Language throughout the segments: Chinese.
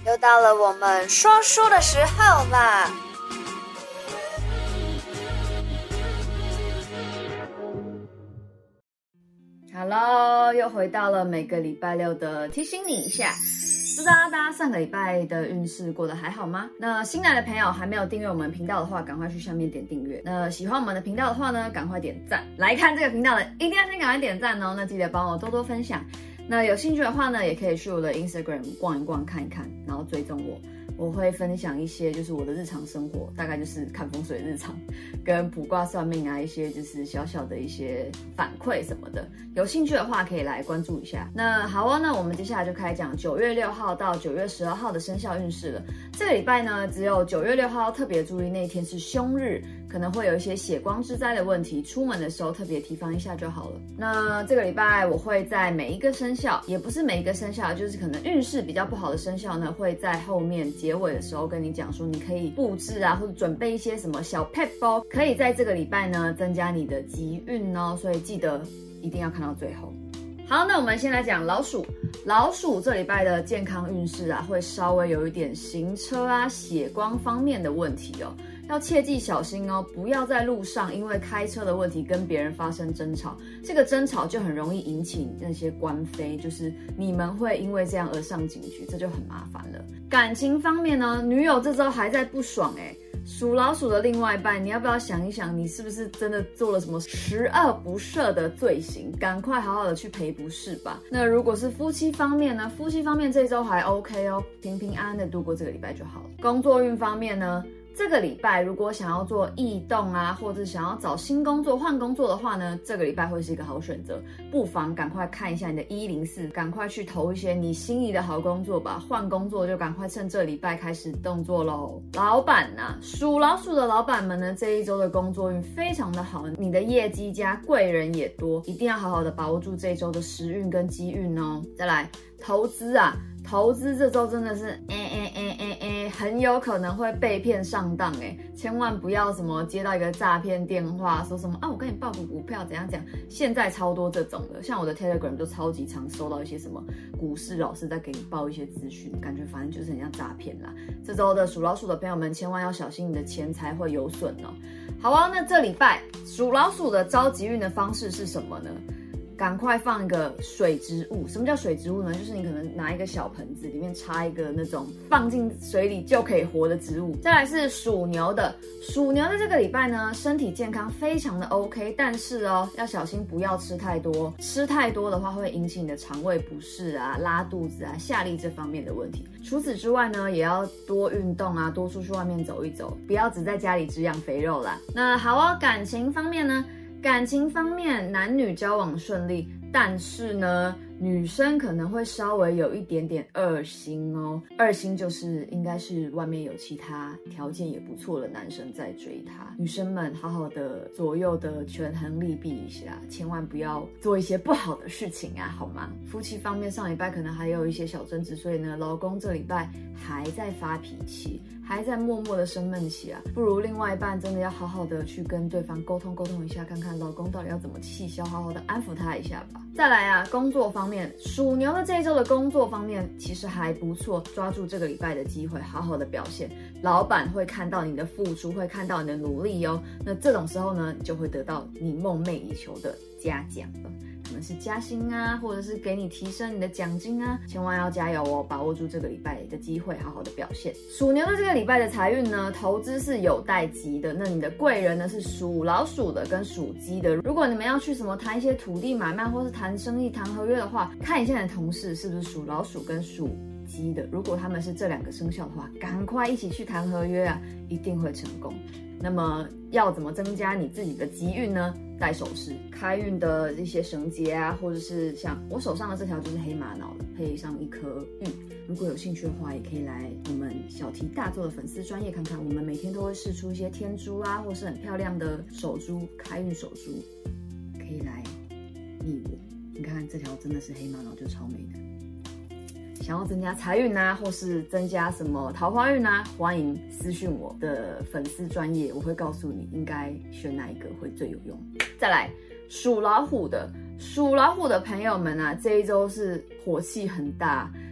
又到了我们说书的时候啦。Hello， 又回到了每个礼拜六的提醒你一下。不知道大家上个礼拜的运势过得还好吗？那新来的朋友还没有订阅我们频道的话，赶快去下面点订阅。那喜欢我们的频道的话呢，赶快点赞。来看这个频道的，一定要先赶快点赞哦。那记得帮我多多分享。那有兴趣的话呢，也可以去我的 Instagram 逛一逛、看一看，然后追踪我。我会分享一些就是我的日常生活，大概就是看风水日常，跟卜卦算命啊，一些就是小小的一些反馈什么的。有兴趣的话可以来关注一下。那好哦，那我们接下来就开始讲9月6号到9月12号的生肖运势了。这个礼拜呢，只有9月6号要特别注意，那一天是凶日，可能会有一些血光之灾的问题，出门的时候特别提防一下就好了。那这个礼拜我会在每一个生肖，也不是每一个生肖，就是可能运势比较不好的生肖呢，会在后面结尾的时候跟你讲说，你可以布置啊，或者准备一些什么小 pet 包，可以在这个礼拜呢增加你的吉运哦，所以记得一定要看到最后。好，那我们先来讲老鼠。老鼠这礼拜的健康运势啊，会稍微有一点行车啊、血光方面的问题哦，要切记小心哦，不要在路上因为开车的问题跟别人发生争吵，这个争吵就很容易引起那些官非，就是你们会因为这样而上警局，这就很麻烦了。感情方面呢，女友这周还在不爽属老鼠的另外一半，你要不要想一想，你是不是真的做了什么十恶不赦的罪行？赶快好好的去赔不是吧。那如果是夫妻方面呢？夫妻方面这周还 OK 哦，平平安安的度过这个礼拜就好了。工作运方面呢？这个礼拜如果想要做异动啊，或者想要找新工作、换工作的话呢，这个礼拜会是一个好选择，不妨赶快看一下你的104，赶快去投一些你心仪的好工作吧。换工作就赶快趁这礼拜开始动作咯。老板啊，属老鼠的老板们呢，这一周的工作运非常的好，你的业绩加贵人也多，一定要好好的把握住这一周的时运跟机运哦。再来，投资啊，投资这周真的是很有可能会被骗上当千万不要什么接到一个诈骗电话，说什么啊我跟你报股票怎样怎样，现在超多这种的，像我的 Telegram 就超级常收到一些什么股市老师在给你报一些资讯，感觉反正就是很像诈骗啦。这周的属老鼠的朋友们千万要小心，你的钱财会有损哦。好啊，那这礼拜属老鼠的招吉运的方式是什么呢？赶快放一个水植物。什么叫水植物呢？就是你可能拿一个小盆子，里面插一个那种放进水里就可以活的植物。再来是属牛的，属牛的这个礼拜呢，身体健康非常的 OK， 但是哦，要小心不要吃太多，吃太多的话会引起你的肠胃不适啊、拉肚子啊、下痢这方面的问题。除此之外呢，也要多运动啊，多出去外面走一走，不要只在家里只养肥肉啦。那好哦，感情方面呢？感情方面，男女交往顺利，但是呢，女生可能会稍微有一点点二心哦。二心就是应该是外面有其他条件也不错的男生在追她，女生们好好的左右的权衡利弊一下，千万不要做一些不好的事情啊，好吗？夫妻方面，上礼拜可能还有一些小争执，所以呢，老公这礼拜还在发脾气，还在默默的生闷气啊，不如另外一半真的要好好的去跟对方沟通一下，看看老公到底要怎么气消，好好的安抚他一下吧。再来啊，工作方面，属牛的这一周的工作方面其实还不错，抓住这个礼拜的机会，好好的表现，老板会看到你的付出，会看到你的努力哦。那这种时候呢，就会得到你梦寐以求的嘉奖了。可能是加薪啊，或者是给你提升你的奖金啊，千万要加油哦，把握住这个礼拜的机会，好好的表现。属牛的这个礼拜的财运呢，投资是有待吉的，那你的贵人呢是属老鼠的跟属鸡的。如果你们要去什么谈一些土地买卖，或是谈生意、谈合约的话，看一下你的同事是不是属老鼠跟属鸡的，如果他们是这2个生肖的话，赶快一起去谈合约啊，一定会成功。那么要怎么增加你自己的吉运呢？戴首饰，开运的一些绳结啊，或者是像我手上的这条就是黑玛瑙的，配上一颗玉。如果有兴趣的话，也可以来我们小题大做的粉丝专页看看，我们每天都会释出一些天珠啊，或是很漂亮的手珠，开运手珠，可以来密我。你看这条真的是黑玛瑙，就超美的。想要增加财运啊，或是增加什么桃花运啊，欢迎私讯我的粉丝专页，我会告诉你应该选哪一个会最有用。再来，属老虎的朋友们啊，这一周是火气很大，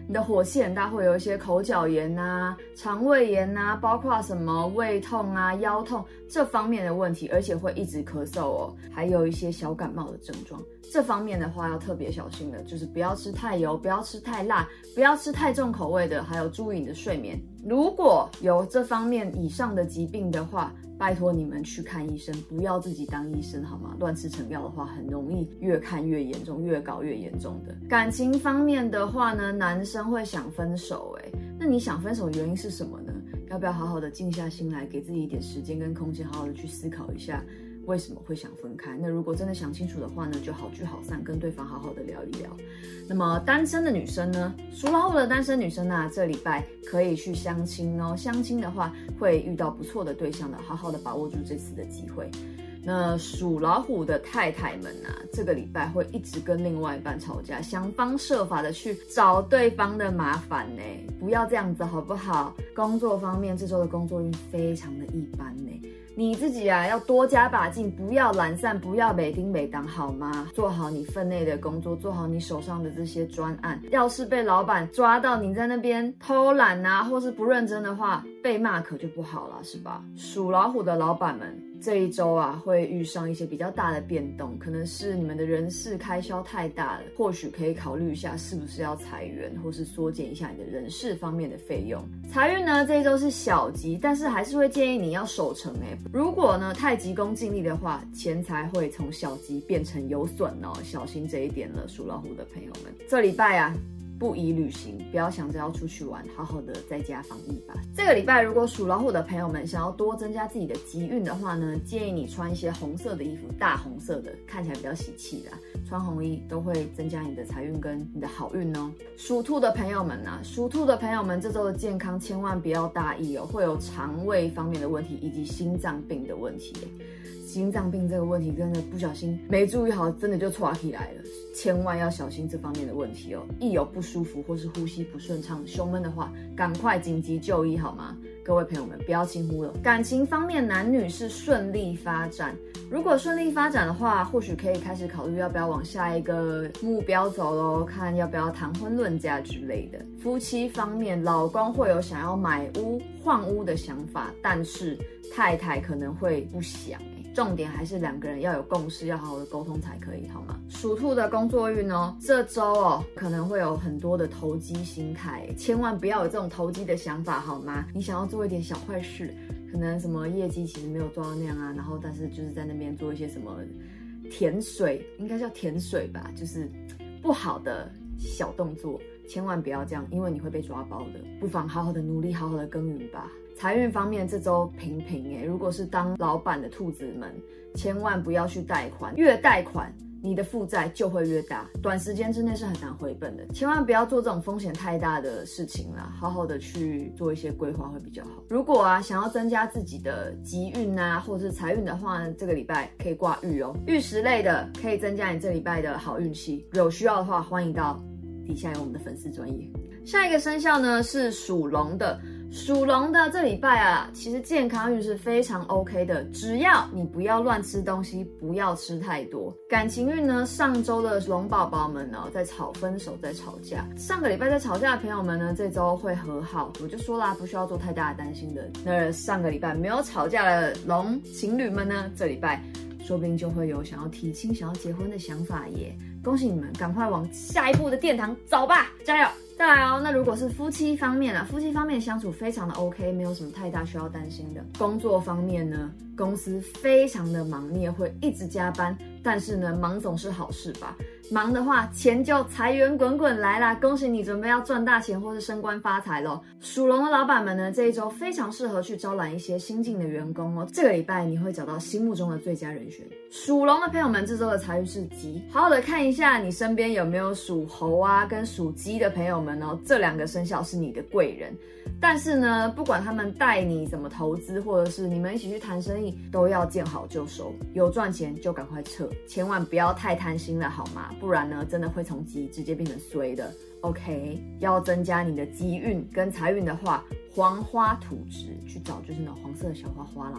你的火气很大，会有一些口角炎啊、肠胃炎啊，包括什么胃痛啊、腰痛这方面的问题，而且会一直咳嗽哦，还有一些小感冒的症状。这方面的话要特别小心的，就是不要吃太油，不要吃太辣，不要吃太重口味的，还有注意你的睡眠。如果有这方面以上的疾病的话，拜托你们去看医生，不要自己当医生好吗？乱吃成药的话，很容易越看越严重，越搞越严重的。感情方面的话呢，男生会想分手，那你想分手的原因是什么呢？要不要好好的静下心来，给自己一点时间跟空间，好好的去思考一下为什么会想分开。那如果真的想清楚的话呢，就好聚好散，跟对方好好的聊一聊。那么单身的女生呢，属老虎的单身女生啊，这礼拜可以去相亲哦。相亲的话会遇到不错的对象的，好好的把握住这次的机会。那属老虎的太太们啊，这个礼拜会一直跟另外一半吵架，想方设法的去找对方的麻烦呢，不要这样子好不好？工作方面，这周的工作运非常的一般呢。你自己啊，要多加把劲，不要懒散，不要每丁每当，好吗？做好你分内的工作，做好你手上的这些专案。要是被老板抓到你在那边偷懒啊，或是不认真的话，被骂可就不好了，是吧？属老虎的老板们，这一周啊，会遇上一些比较大的变动，可能是你们的人事开销太大了，或许可以考虑一下是不是要裁员，或是缩减一下你的人事方面的费用。财运呢，这一周是小吉，但是还是会建议你要守成如果呢太急功近利的话，钱财会从小吉变成有损哦，小心这一点了，属老虎的朋友们。这礼拜啊，不宜旅行，不要想着要出去玩，好好的在家防疫吧。这个礼拜如果属老虎的朋友们想要多增加自己的吉运的话呢，建议你穿一些红色的衣服，大红色的，看起来比较喜气的，穿红衣都会增加你的财运跟你的好运哦。属兔的朋友们啊，属兔的朋友们这周的健康千万不要大意哦，会有肠胃方面的问题以及心脏病的问题心脏病这个问题真的不小心没注意好，真的就岔起来了，千万要小心这方面的问题哦。一有不舒服或是呼吸不顺畅、胸闷的话，赶快紧急就医好吗？各位朋友们不要轻忽了。感情方面，男女是顺利发展，如果顺利发展的话，或许可以开始考虑要不要往下一个目标走咯，看要不要谈婚论嫁之类的。夫妻方面，老公会有想要买屋换屋的想法，但是太太可能会不想重点还是两个人要有共识，要好好的沟通才可以，好吗？属兔的工作运哦，这周可能会有很多的投机心态，千万不要有这种投机的想法，好吗？你想要做一点小坏事，可能什么业绩其实没有做到那样啊，然后但是就是在那边做一些什么甜水，应该叫甜水吧，就是不好的小动作，千万不要这样，因为你会被抓包的。不妨好好的努力，好好的耕耘吧。财运方面，这周平平如果是当老板的兔子们，千万不要去贷款，越贷款你的负债就会越大，短时间之内是很难回本的，千万不要做这种风险太大的事情啦，好好的去做一些规划会比较好。如果想要增加自己的吉运或者是财运的话呢，这个礼拜可以挂玉哦，玉石类的可以增加你这礼拜的好运气，有需要的话欢迎到底下有我们的粉丝专页。下一个生肖呢是属龙的，属龙的这礼拜其实健康运是非常 OK 的，只要你不要乱吃东西，不要吃太多。感情运呢，上周的龙宝宝们在吵分手，在吵架。上个礼拜在吵架的朋友们呢，这周会和好。我就说啦，不需要做太大的担心的。那上个礼拜没有吵架的龙情侣们呢，这礼拜说不定就会有想要提亲、想要结婚的想法耶！恭喜你们，赶快往下一步的殿堂走吧，加油！再来那如果是夫妻方面夫妻方面相处非常的 OK， 没有什么太大需要担心的。工作方面呢，公司非常的忙，你也会一直加班，但是呢，忙总是好事吧？忙的话，钱就财源滚滚来啦！恭喜你准备要赚大钱或是升官发财咯。属龙的老板们呢，这一周非常适合去招揽一些新进的员工哦。这个礼拜你会找到心目中的最佳人选。属龙的朋友们，这周的财运是吉，好好的看一下你身边有没有属猴跟属鸡的朋友们哦，这两个生肖是你的贵人。但是呢，不管他们带你怎么投资，或者是你们一起去谈生意，都要见好就收，有赚钱就赶快撤，千万不要太贪心了好吗？不然呢，真的会从吉直接变成衰的。OK， 要增加你的吉运跟财运的话，黄花土质去找就是那种黄色的小花花啦，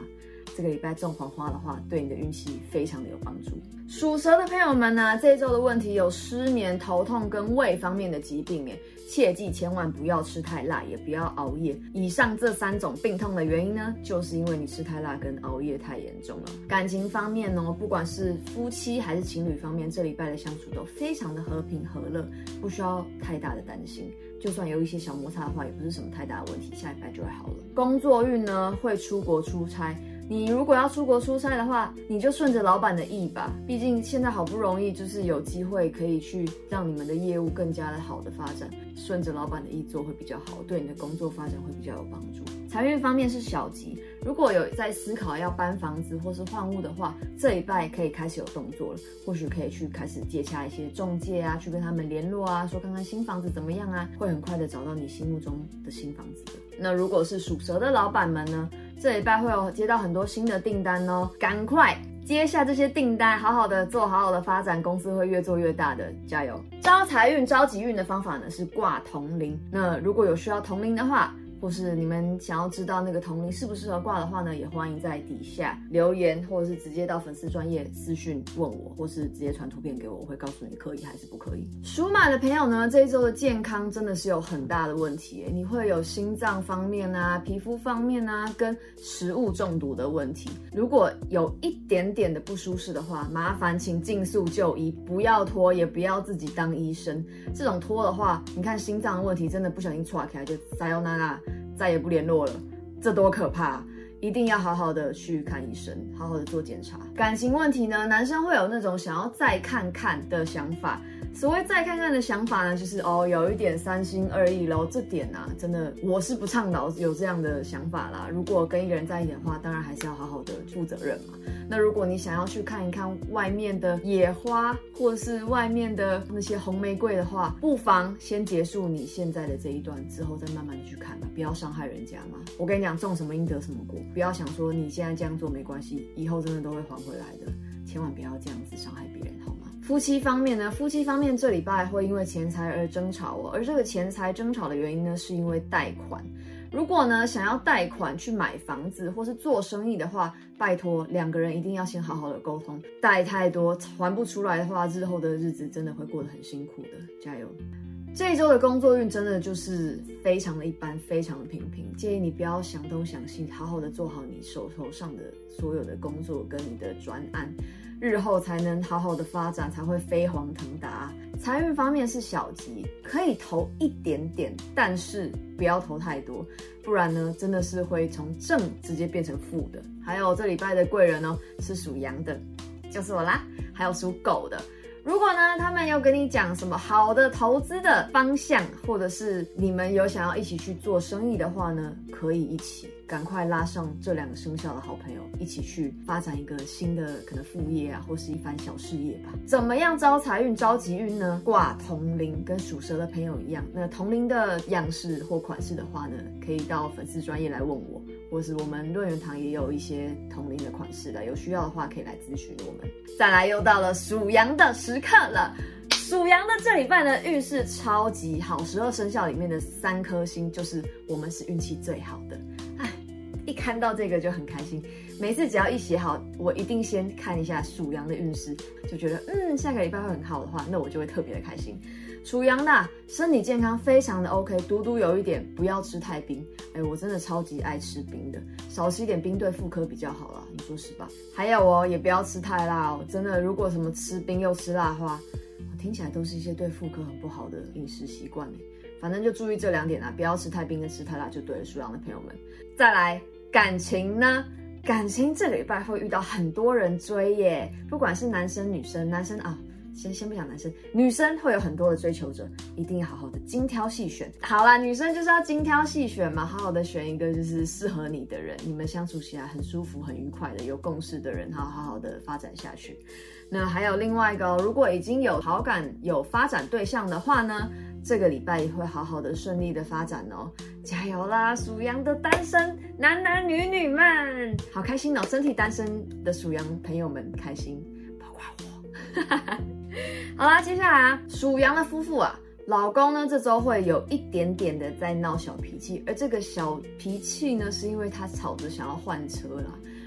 这个礼拜种黄花的话，对你的运气非常的有帮助。属蛇的朋友们呢，这一周的问题有失眠、头痛跟胃方面的疾病，切记千万不要吃太辣，也不要熬夜。以上这3种病痛的原因呢，就是因为你吃太辣跟熬夜太严重了。感情方面呢，不管是夫妻还是情侣方面，这礼拜的相处都非常的和平和乐，不需要太大的担心。就算有一些小摩擦的话，也不是什么太大的问题，下礼拜就会好了。工作运呢，会出国出差。你如果要出国出差的话，你就顺着老板的意吧。毕竟现在好不容易就是有机会可以去让你们的业务更加的好的发展，顺着老板的意做会比较好，对你的工作发展会比较有帮助。财运方面是小吉，如果有在思考要搬房子或是换屋的话，这礼拜可以开始有动作了，或许可以去开始接洽一些中介啊，去跟他们联络啊，说看看新房子怎么样啊，会很快的找到你心目中的新房子的。那如果是属蛇的老板们呢，这礼拜会有接到很多新的订单哦，赶快接下这些订单，好好的做，好好的发展，公司会越做越大的，加油！招财运、招吉运的方法呢是挂铜铃。那如果有需要铜铃的话，或是你们想要知道那个铜铃适不适合挂的话呢，也欢迎在底下留言，或者是直接到粉丝专页私讯问我，或是直接传图片给我，我会告诉你可以还是不可以。属马的朋友呢，这一周的健康真的是有很大的问题耶，你会有心脏方面啊、皮肤方面啊，跟食物中毒的问题。如果有一点点的不舒适的话，麻烦请尽速就医，不要拖，也不要自己当医生。这种拖的话，你看心脏的问题真的不小心岔开就sayonara，再也不联络了，这多可怕！一定要好好的去看医生，好好的做检查。感情问题呢，男生会有那种想要再看看的想法。所谓再看看的想法呢，就是有一点三心二意咯。这点啊，真的我是不倡导有这样的想法啦。如果跟一个人在一起的话，当然还是要好好的负责任嘛。那如果你想要去看一看外面的野花，或者是外面的那些红玫瑰的话，不妨先结束你现在的这一段，之后再慢慢的去看嘛，不要伤害人家嘛。我跟你讲，种什么因得什么果，不要想说你现在这样做没关系，以后真的都会还回来的，千万不要这样子伤害别人，好吗？夫妻方面呢，夫妻方面这礼拜会因为钱财而争吵而这个钱财争吵的原因呢，是因为贷款。如果呢想要贷款去买房子或是做生意的话，拜托2个人一定要先好好的沟通，贷太多还不出来的话，日后的日子真的会过得很辛苦的，加油！这一周的工作运真的就是非常的一般，非常的平平，建议你不要想东想西，好好的做好你手头上的所有的工作跟你的专案，日后才能好好的发展，才会飞黄腾达。财运方面是小吉，可以投一点点，但是不要投太多，不然呢真的是会从正直接变成负的。还有这礼拜的贵人是属羊的，就是我啦，还有属狗的。如果呢他们要跟你讲什么好的投资的方向，或者是你们有想要一起去做生意的话呢，可以一起赶快拉上这2个生肖的好朋友，一起去发展一个新的可能副业啊，或是一番小事业吧。怎么样招财运、招吉运呢？挂铜铃，跟属蛇的朋友一样。那铜铃的样式或款式的话呢，可以到粉丝专页来问我，或是我们论元堂也有一些铜铃的款式的，有需要的话可以来咨询我们。再来又到了属羊的时刻了。属羊的这礼拜呢，运势超级好，12生肖里面的3颗星就是我们是运气最好的。一看到这个就很开心，每次只要一写好，我一定先看一下属羊的运势，就觉得下个礼拜会很好的话，那我就会特别的开心。属羊的身体健康非常的 OK， 独有一点不要吃太冰。我真的超级爱吃冰的，少吃一点冰对妇科比较好啦，你说是吧？还有也不要吃太辣真的，如果什么吃冰又吃辣的话，听起来都是一些对妇科很不好的饮食习惯反正就注意这2点不要吃太冰跟吃太辣就对了，属羊的朋友们。再来感情呢，感情这个礼拜会遇到很多人追耶，不管是男生女生，男生先不讲男生，女生会有很多的追求者，一定要好好的精挑细选。好啦，女生就是要精挑细选嘛，好好的选一个就是适合你的人，你们相处起来很舒服、很愉快的、有共识的人，好好的发展下去。那还有另外一个如果已经有好感、有发展对象的话呢，这个礼拜也会好好的顺利的发展加油啦，属羊的单身男男女女们，好开心身体单身的属羊朋友们开心，包括我。好啦，接下来属羊的夫妇老公呢这周会有一点点的在闹小脾气，而这个小脾气呢是因为他吵着想要换车啦。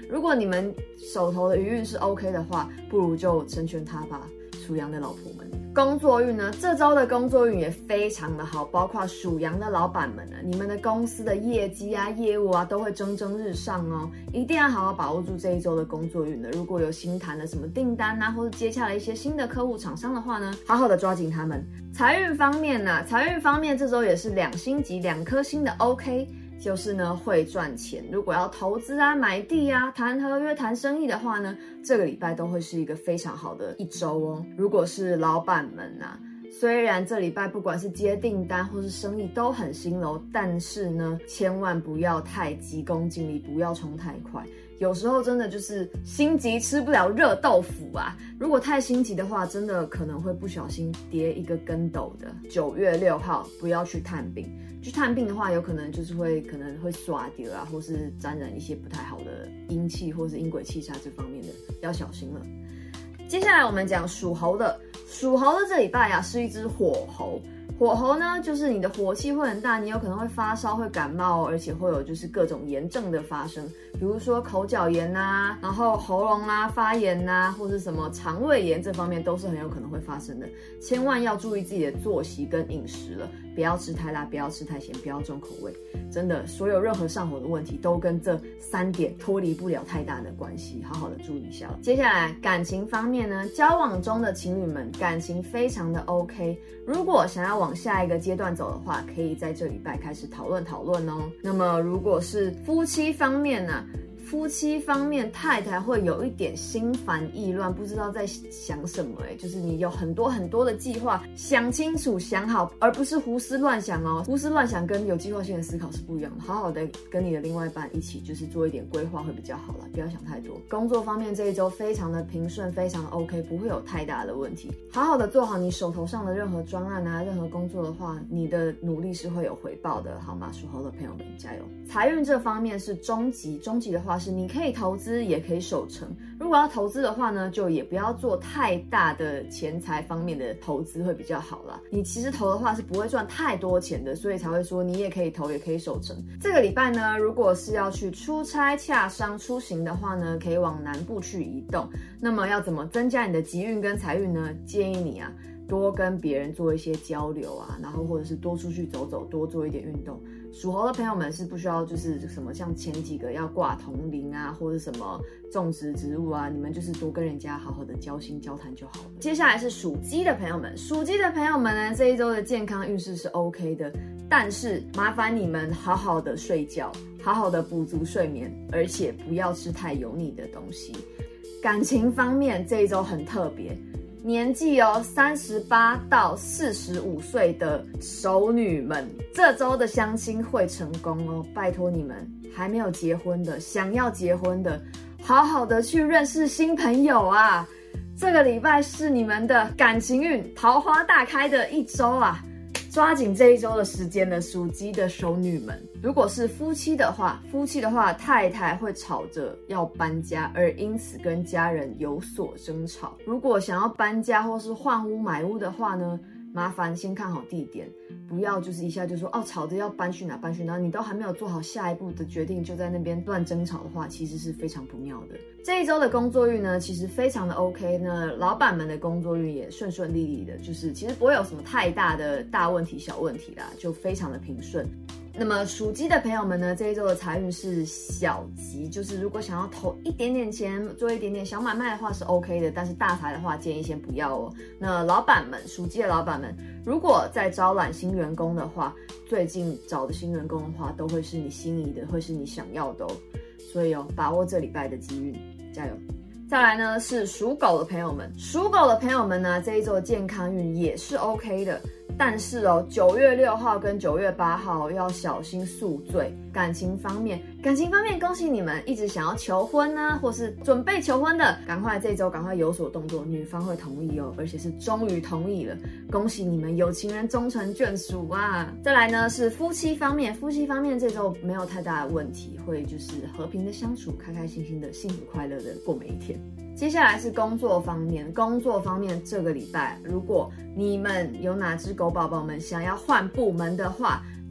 如果你们手头的余运是 OK 的话，不如就成全他吧，属羊的老婆们。工作运呢，这周的工作运也非常的好，包括属羊的老板们呢，你们的公司的业绩啊、业务啊都会蒸蒸日上哦，一定要好好把握住这一周的工作运的。如果有新谈的什么订单啊，或者接洽了一些新的客户厂商的话呢，好好的抓紧他们。财运方面呢，财运方面这周也是2星级2颗星的 OK。就是呢会赚钱，如果要投资啊、买地啊、谈合约、谈生意的话呢，这个礼拜都会是一个非常好的一周哦。如果是老板们啊，虽然这礼拜不管是接订单或是生意都很兴隆，但是呢，千万不要太急功近利，不要冲太快。有时候真的就是心急吃不了热豆腐啊！如果太心急的话，真的可能会不小心跌一个跟斗的。9月6号不要去探病，去探病的话，有可能就是可能会耍掉啊，或是沾染一些不太好的阴气，或是阴鬼气煞这方面的，要小心了。接下来我们讲属猴的，属猴的这礼拜啊是一只火猴。火猴呢，就是你的火气会很大，你有可能会发烧、会感冒，而且会有就是各种炎症的发生，比如说口角炎啊，然后喉咙啊发炎啊，或是什么肠胃炎，这方面都是很有可能会发生的。千万要注意自己的作息跟饮食了，不要吃太辣，不要吃太咸，不要重口味。真的，所有任何上火的问题都跟这3点脱离不了太大的关系，好好的注意一下。接下来感情方面呢，交往中的情侣们感情非常的 OK， 如果想要往下一个阶段走的话，可以在这礼拜开始讨论哦。那么如果是夫妻方面呢，夫妻方面，太太会有一点心烦意乱，不知道在想什么就是你有很多很多的计划，想清楚想好，而不是胡思乱想哦。胡思乱想跟有计划性的思考是不一样的，好好的跟你的另外一半一起就是做一点规划会比较好啦，不要想太多。工作方面这一周非常的平顺，非常的 OK， 不会有太大的问题。好好的做好你手头上的任何专案啊，任何工作的话，你的努力是会有回报的，好吗？属猴的朋友们加油！财运这方面是中级，中级的话是你可以投资也可以守成，如果要投资的话呢，就也不要做太大的钱财方面的投资会比较好啦。你其实投的话是不会赚太多钱的，所以才会说你也可以投也可以守成。这个礼拜呢，如果是要去出差、洽商、出行的话呢，可以往南部去移动。那么要怎么增加你的吉运跟财运呢？建议你啊，多跟别人做一些交流啊，然后或者是多出去走走，多做一点运动。属猴的朋友们是不需要就是什么像前几个要挂铜铃啊，或者什么种植植物啊，你们就是多跟人家好好的交心交谈就好了。接下来是属鸡的朋友们，属鸡的朋友们呢，这一周的健康运势是 OK 的，但是麻烦你们好好的睡觉，好好的补足睡眠，而且不要吃太油腻的东西。感情方面这一周很特别，年纪38到45岁的熟女们，这周的相亲会成功哦！拜托你们还没有结婚的，想要结婚的，好好的去认识新朋友啊！这个礼拜是你们的感情运桃花大开的一周啊！抓紧这一周的时间呢，属鸡的熟女们，如果是夫妻的话，太太会吵着要搬家，而因此跟家人有所争吵。如果想要搬家或是换屋买屋的话呢，麻烦先看好地点，不要就是一下就说吵着要搬去哪，然后你都还没有做好下一步的决定，就在那边乱争吵的话，其实是非常不妙的。这一周的工作运呢，其实非常的 OK， 那老板们的工作运也顺顺利利的，就是其实不会有什么太大的大问题、小问题啦，就非常的平顺。那么属鸡的朋友们呢，这一周的财运是小吉，就是如果想要投一点点钱，做一点点小买卖的话是 OK 的，但是大财的话建议先不要哦。那老板们，属鸡的老板们，如果在招揽新员工的话，最近找的新员工的话，都会是你心仪的，会是你想要的哦。所以把握这礼拜的机运，加油！再来呢是属狗的朋友们，属狗的朋友们呢，这一周的健康运也是 OK 的。但是9月6号跟9月8号要小心宿醉。感情方面，恭喜你们一直想要求婚呢，或是准备求婚的，赶快这一周赶快有所动作，女方会同意哦，而且是终于同意了，恭喜你们有情人终成眷属啊！再来呢是夫妻方面这周没有太大的问题，会就是和平的相处，开开心心的，幸福快乐的过每一天。接下来是工作方面这个礼拜，如果你们有哪只狗宝宝们想要换部门的话，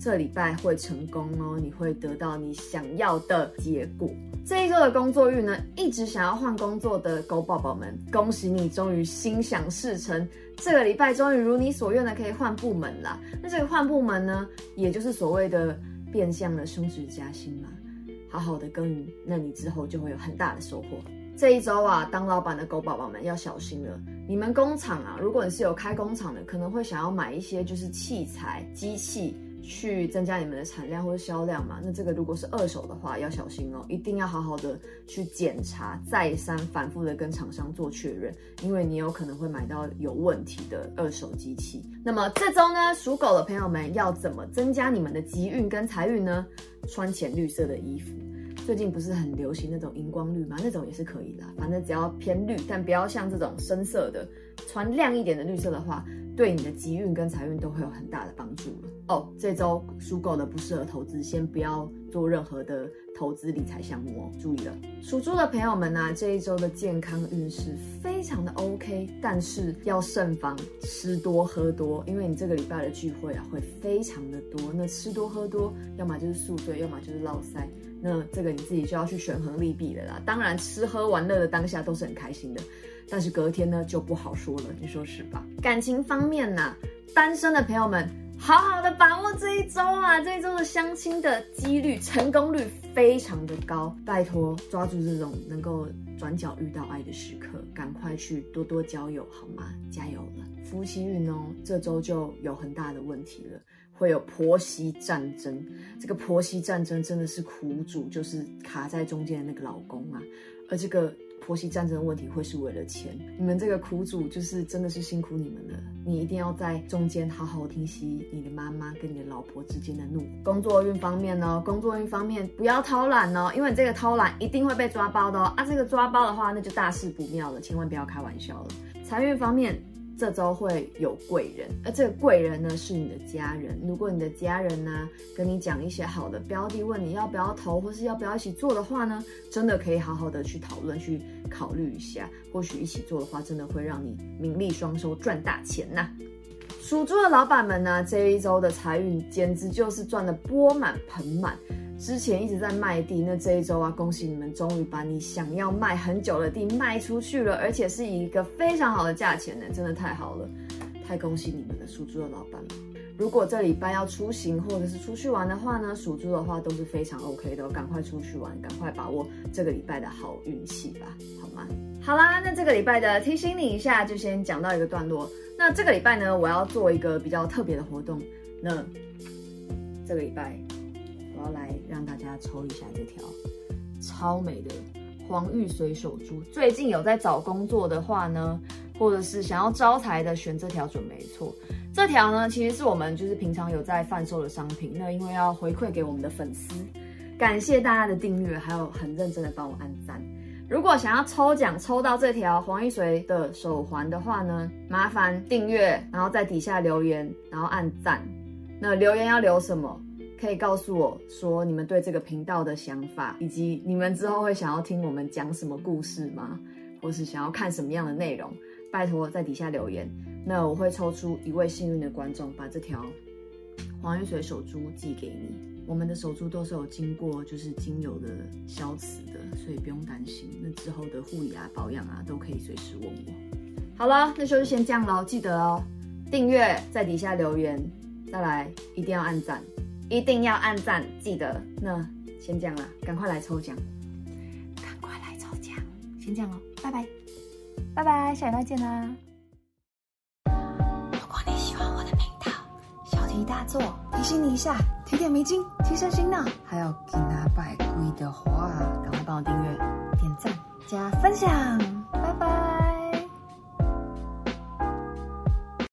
这礼拜会成功哦，你会得到你想要的结果。这一周的工作运呢，一直想要换工作的狗宝宝们，恭喜你终于心想事成，这个礼拜终于如你所愿的可以换部门啦。那这个换部门呢，也就是所谓的变相的升职加薪嘛。好好的耕耘，那你之后就会有很大的收获。这一周啊，当老板的狗宝宝们要小心了。你们工厂啊，如果你是有开工厂的，可能会想要买一些就是器材、机器去增加你们的产量或者销量嘛。那这个如果是二手的话，要小心哦，一定要好好的去检查，再三反复的跟厂商做确认，因为你有可能会买到有问题的二手机器。那么这周呢，属狗的朋友们要怎么增加你们的吉运跟财运呢？穿浅绿色的衣服。最近不是很流行那种荧光绿吗？那种也是可以的，反正只要偏绿，但不要像这种深色的，穿亮一点的绿色的话，对你的吉运跟财运都会有很大的帮助了。哦，这周属狗的不适合投资，先不要做任何的投资理财项目哦，注意了。属猪的朋友们啊，这一周的健康运势非常的 OK， 但是要慎防吃多喝多，因为你这个礼拜的聚会啊会非常的多，那吃多喝多，要么就是宿醉，要么就是落塞。那这个你自己就要去权衡利弊了啦。当然吃喝玩乐的当下都是很开心的，但是隔天呢就不好说了，你说是吧？感情方面啊，单身的朋友们好好的把握这一周啊，这一周的相亲的几率成功率非常的高，拜托抓住这种能够转角遇到爱的时刻，赶快去多多交友好吗？加油了！夫妻运哦，这周就有很大的问题了。会有婆媳战争，这个婆媳战争真的是苦主，就是卡在中间的那个老公啊。而这个婆媳战争的问题会是为了钱，你们这个苦主就是真的是辛苦你们了。你一定要在中间好好听息你的妈妈跟你的老婆之间的怒。工作运方面呢，工作运方面不要偷懒哦，因为你这个偷懒一定会被抓包的哦。这个抓包的话，那就大事不妙了，千万不要开玩笑了。财运方面，这周会有贵人，而这个贵人呢是你的家人。如果你的家人呢跟你讲一些好的标的，问你要不要投或是要不要一起做的话呢，真的可以好好的去讨论，去考虑一下。或许一起做的话，真的会让你名利双收，赚大钱呐。属猪的老板们呢，这一周的财运简直就是赚得钵满盆满。之前一直在卖地，那这一周啊，恭喜你们终于把你想要卖很久的地卖出去了，而且是以一个非常好的价钱呢，真的太好了，太恭喜你们了，属猪的老板们。如果这礼拜要出行或者是出去玩的话呢，属猪的话都是非常 OK 的，赶快出去玩，赶快把握这个礼拜的好运气吧，好吗？好啦，那这个礼拜的提醒你一下，就先讲到一个段落。那这个礼拜呢，我要做一个比较特别的活动，那这个礼拜我要来让大家抽一下这条超美的黄玉水手珠。最近有在找工作的话呢，或者是想要招财的，选这条准没错。这条呢，其实是我们就是平常有在贩售的商品。那因为要回馈给我们的粉丝，感谢大家的订阅，还有很认真的帮我按赞。如果想要抽奖抽到这条黄玉水的手环的话呢，麻烦订阅，然后在底下留言，然后按赞。那留言要留什么？可以告诉我说你们对这个频道的想法，以及你们之后会想要听我们讲什么故事吗？或是想要看什么样的内容？拜托在底下留言。那我会抽出一位幸运的观众，把这条黄玉水手珠寄给你。我们的手珠都是有经过就是精油的消磁的，所以不用担心。那之后的护理啊、保养啊，都可以随时问我。好了，那就先这样咯，记得哦，订阅在底下留言，再来一定要按赞。一定要按赞，记得。那先这样啦，赶快来抽奖，赶快来抽奖，先这样咯，拜拜，拜拜，下礼拜见啦。如果你喜欢我的频道，小题大做，提醒你一下，提点迷津，提升心脑，还有给他拜贵的话，赶快帮我订阅、点赞、加分享。